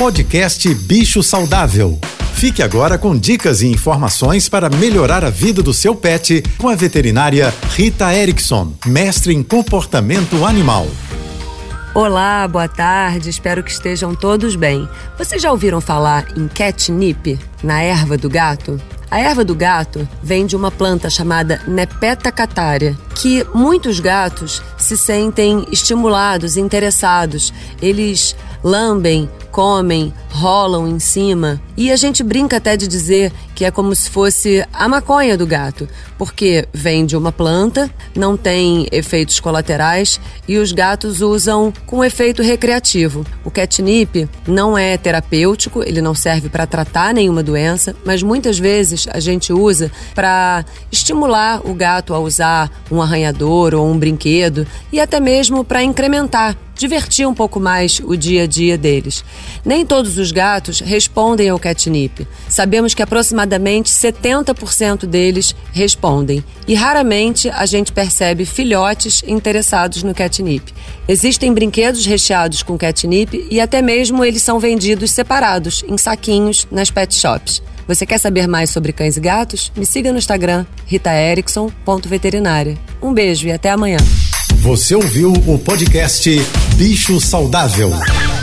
Podcast Bicho Saudável. Fique agora com dicas e informações para melhorar a vida do seu pet com a veterinária Rita Erickson, mestre em comportamento animal. Olá, boa tarde, espero que estejam todos bem. Vocês já ouviram falar em catnip, na erva do gato? A erva do gato vem de uma planta chamada Nepeta catária, que muitos gatos se sentem estimulados, interessados. Eles lambem, comem, rolam em cima. E a gente brinca até de dizer que é como se fosse a maconha do gato, porque vem de uma planta, não tem efeitos colaterais e os gatos usam com efeito recreativo. O catnip não é terapêutico, ele não serve para tratar nenhuma doença, mas muitas vezes a gente usa para estimular o gato a usar um arranhador ou um brinquedo e até mesmo para incrementar, divertir um pouco mais o dia a dia deles. Nem todos os gatos respondem ao catnip. Sabemos que aproximadamente 70% deles respondem e raramente a gente percebe filhotes interessados no catnip. Existem brinquedos recheados com catnip e até mesmo eles são vendidos separados, em saquinhos, nas pet shops. Você quer saber mais sobre cães e gatos? Me siga no Instagram, ritaerickson.veterinária. Um beijo e até amanhã. Você ouviu o podcast Bicho Saudável.